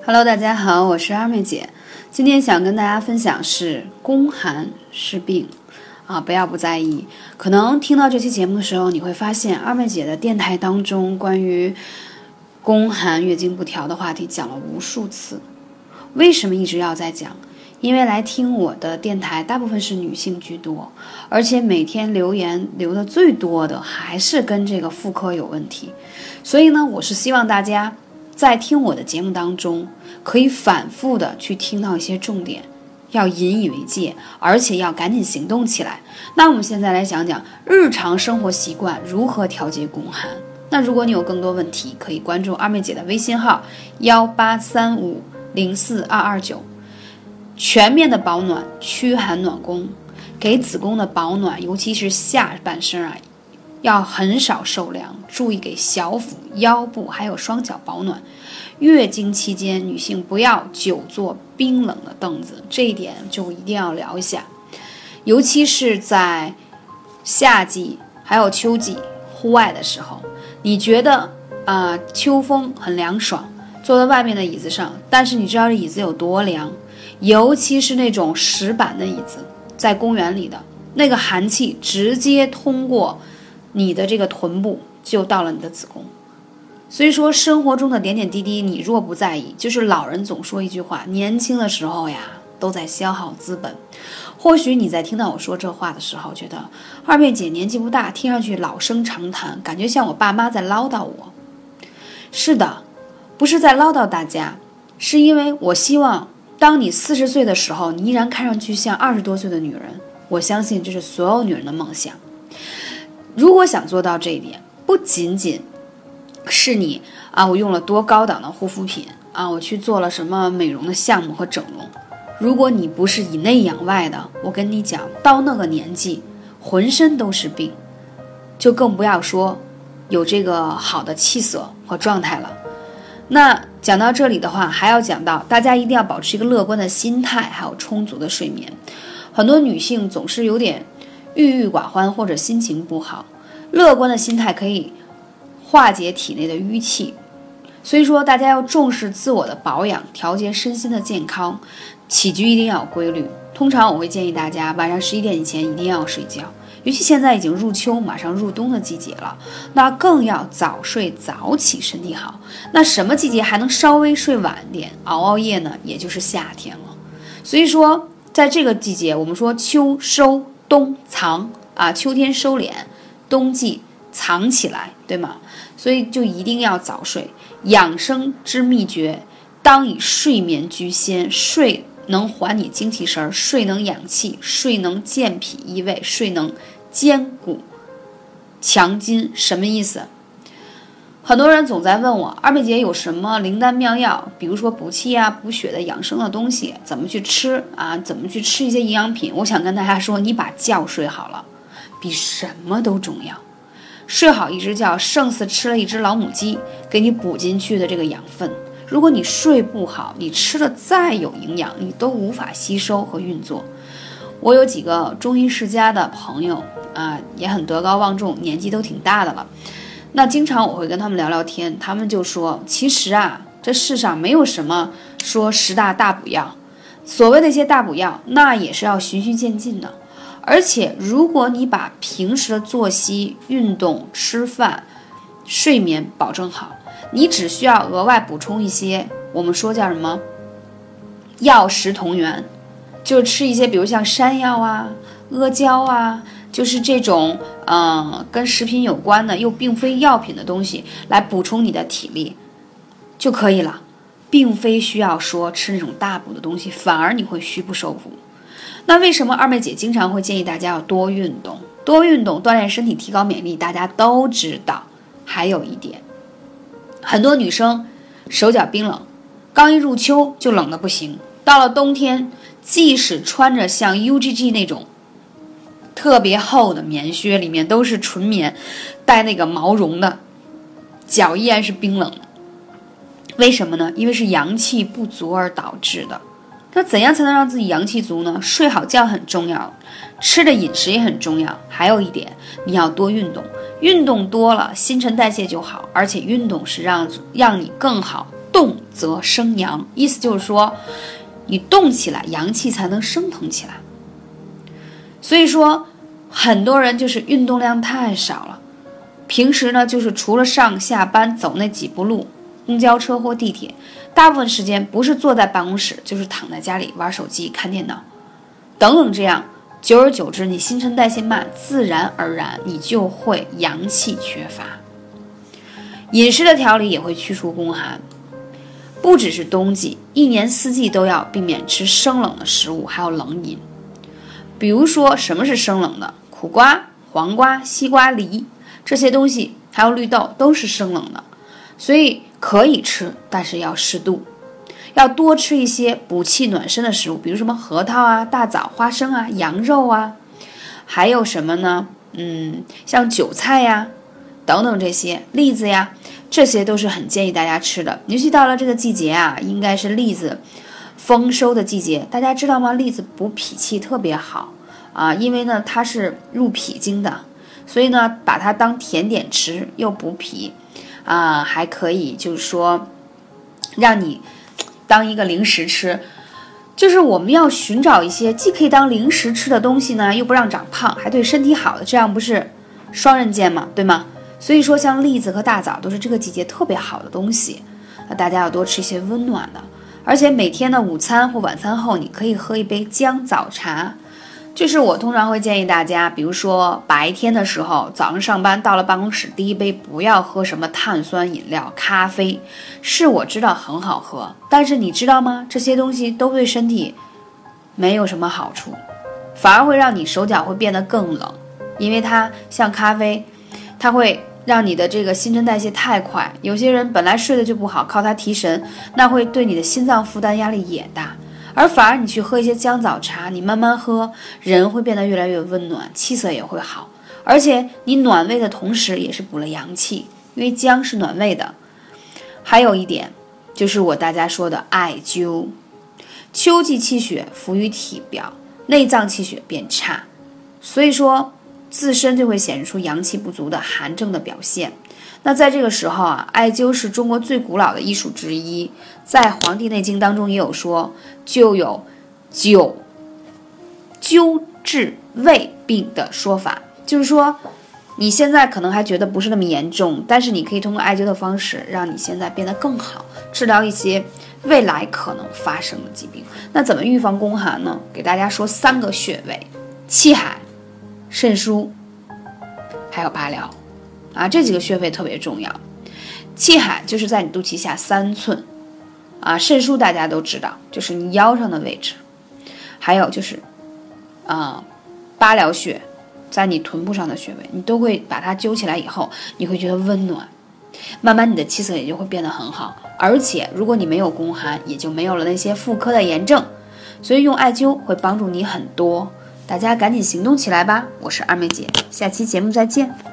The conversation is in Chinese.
Hello， 大家好，我是二妹姐。今天想跟大家分享是宫寒是病不要不在意。可能听到这期节目的时候，你会发现二妹姐的电台当中关于宫寒月经不调的话题讲了无数次。为什么一直要在讲？因为来听我的电台大部分是女性居多，而且每天留言留的最多的还是跟这个妇科有问题。所以呢，我是希望大家在听我的节目当中可以反复的去听到一些重点，要引以为戒，而且要赶紧行动起来。那我们现在来讲讲日常生活习惯如何调节宫寒。那如果你有更多问题，可以关注二妹姐的微信号183504229，全面的保暖驱寒暖宫，给子宫的保暖，尤其是下半身要很少受凉，注意给小腹、腰部还有双脚保暖。月经期间，女性不要久坐冰冷的凳子，这一点就一定要聊一下。尤其是在夏季还有秋季户外的时候，你觉得秋风很凉爽，坐在外面的椅子上，但是你知道这椅子有多凉？尤其是那种石板的椅子，在公园里的那个寒气直接通过你的这个臀部就到了你的子宫。所以说生活中的点点滴滴你若不在意，就是老人总说一句话，年轻的时候呀都在消耗资本。或许你在听到我说这话的时候觉得二妹姐年纪不大，听上去老生常谈，感觉像我爸妈在唠叨我。是的，不是在唠叨大家，是因为我希望当你40岁的时候，你依然看上去像20多岁的女人。我相信这是所有女人的梦想。如果想做到这一点，不仅仅是你我用了多高档的护肤品我去做了什么美容的项目和整容。如果你不是以内养外的，我跟你讲，到那个年纪浑身都是病，就更不要说有这个好的气色和状态了。那讲到这里的话，还要讲到大家一定要保持一个乐观的心态，还有充足的睡眠。很多女性总是有点郁郁寡欢或者心情不好，乐观的心态可以化解体内的淤气。所以说大家要重视自我的保养，调节身心的健康，起居一定要有规律。通常我会建议大家晚上11点以前一定要睡觉，尤其现在已经入秋，马上入冬的季节了，那更要早睡早起，身体好。那什么季节还能稍微睡晚点熬夜呢？也就是夏天了。所以说在这个季节，我们说秋收冬藏秋天收敛，冬季藏起来，对吗？所以就一定要早睡。养生之秘诀，当以睡眠居先。睡能还你精气神，睡能养气，睡能健脾益胃，睡能坚骨强筋。什么意思？很多人总在问我，二妹姐有什么灵丹妙药，比如说补气补血的养生的东西怎么去吃怎么去吃一些营养品。我想跟大家说，你把觉睡好了比什么都重要。睡好一只觉胜似吃了一只老母鸡给你补进去的这个养分。如果你睡不好，你吃的再有营养你都无法吸收和运作。我有几个中医世家的朋友也很德高望重，年纪都挺大的了。那经常我会跟他们聊聊天，他们就说其实这世上没有什么说10大大补药，所谓的一些大补药那也是要循序渐进的。而且如果你把平时的作息、运动、吃饭、睡眠保证好，你只需要额外补充一些我们说叫什么药食同源，就吃一些比如像山药阿胶就是这种跟食品有关的又并非药品的东西来补充你的体力就可以了，并非需要说吃那种大补的东西，反而你会虚不受补。那为什么二妹姐经常会建议大家要多运动？多运动锻炼身体，提高免疫力，大家都知道。还有一点，很多女生手脚冰冷，刚一入秋就冷得不行，到了冬天即使穿着像 UGG 那种特别厚的棉靴，里面都是纯棉带那个毛绒的，脚依然是冰冷的。为什么呢？因为是阳气不足而导致的。那怎样才能让自己阳气足呢？睡好觉很重要，吃的饮食也很重要，还有一点你要多运动，运动多了新陈代谢就好，而且运动是让你更好动则生阳，意思就是说你动起来，阳气才能升腾起来。所以说很多人就是运动量太少了，平时呢就是除了上下班走那几步路，公交车或地铁，大部分时间不是坐在办公室，就是躺在家里玩手机看电脑等等，这样久而久之你新陈代谢慢，自然而然你就会阳气缺乏。饮食的调理也会去除宫寒，不只是冬季，一年四季都要避免吃生冷的食物，还有冷饮。比如说什么是生冷的？苦瓜、黄瓜、西瓜、梨这些东西，还有绿豆都是生冷的，所以可以吃，但是要适度，要多吃一些补气暖身的食物，比如什么核桃啊、大枣、花生啊、羊肉啊，还有什么呢？像韭菜呀等等，这些栗子呀，这些都是很建议大家吃的。尤其到了这个季节啊，应该是栗子丰收的季节，大家知道吗？栗子补脾气特别好啊，因为呢它是入脾经的，所以呢把它当甜点吃，又补脾啊，还可以就是说让你当一个零食吃。就是我们要寻找一些既可以当零食吃的东西呢，又不让长胖，还对身体好的，这样不是双刃剑吗？对吗？所以说像栗子和大枣都是这个季节特别好的东西，那大家要多吃一些温暖的。而且每天的午餐或晚餐后，你可以喝一杯姜枣茶。就是我通常会建议大家，比如说白天的时候，早上上班到了办公室，第一杯不要喝什么碳酸饮料、咖啡，是我知道很好喝，但是你知道吗？这些东西都对身体没有什么好处，反而会让你手脚会变得更冷，因为它像咖啡，它会让你的这个新陈代谢太快，有些人本来睡得就不好，靠它提神，那会对你的心脏负担压力也大。而反而你去喝一些姜枣茶，你慢慢喝，人会变得越来越温暖，气色也会好，而且你暖胃的同时也是补了阳气，因为姜是暖胃的。还有一点就是大家说的艾灸，秋季气血浮于体表，内脏气血变差，所以说自身就会显示出阳气不足的寒症的表现。那在这个时候啊，艾灸是中国最古老的医术之一，在《黄帝内经》当中也有说，就有灸治胃病的说法，就是说你现在可能还觉得不是那么严重，但是你可以通过艾灸的方式让你现在变得更好，治疗一些未来可能发生的疾病。那怎么预防宫寒呢？给大家说3个穴位：气海、肾腧还有八髎啊，这几个穴位特别重要。气海就是在你肚脐下3寸啊，肾腧大家都知道，就是你腰上的位置，还有就是八髎穴在你臀部上的穴位，你都会把它灸起来以后，你会觉得温暖，慢慢你的气色也就会变得很好。而且如果你没有宫寒，也就没有了那些妇科的炎症，所以用艾灸会帮助你很多。大家赶紧行动起来吧！我是二妹姐，下期节目再见。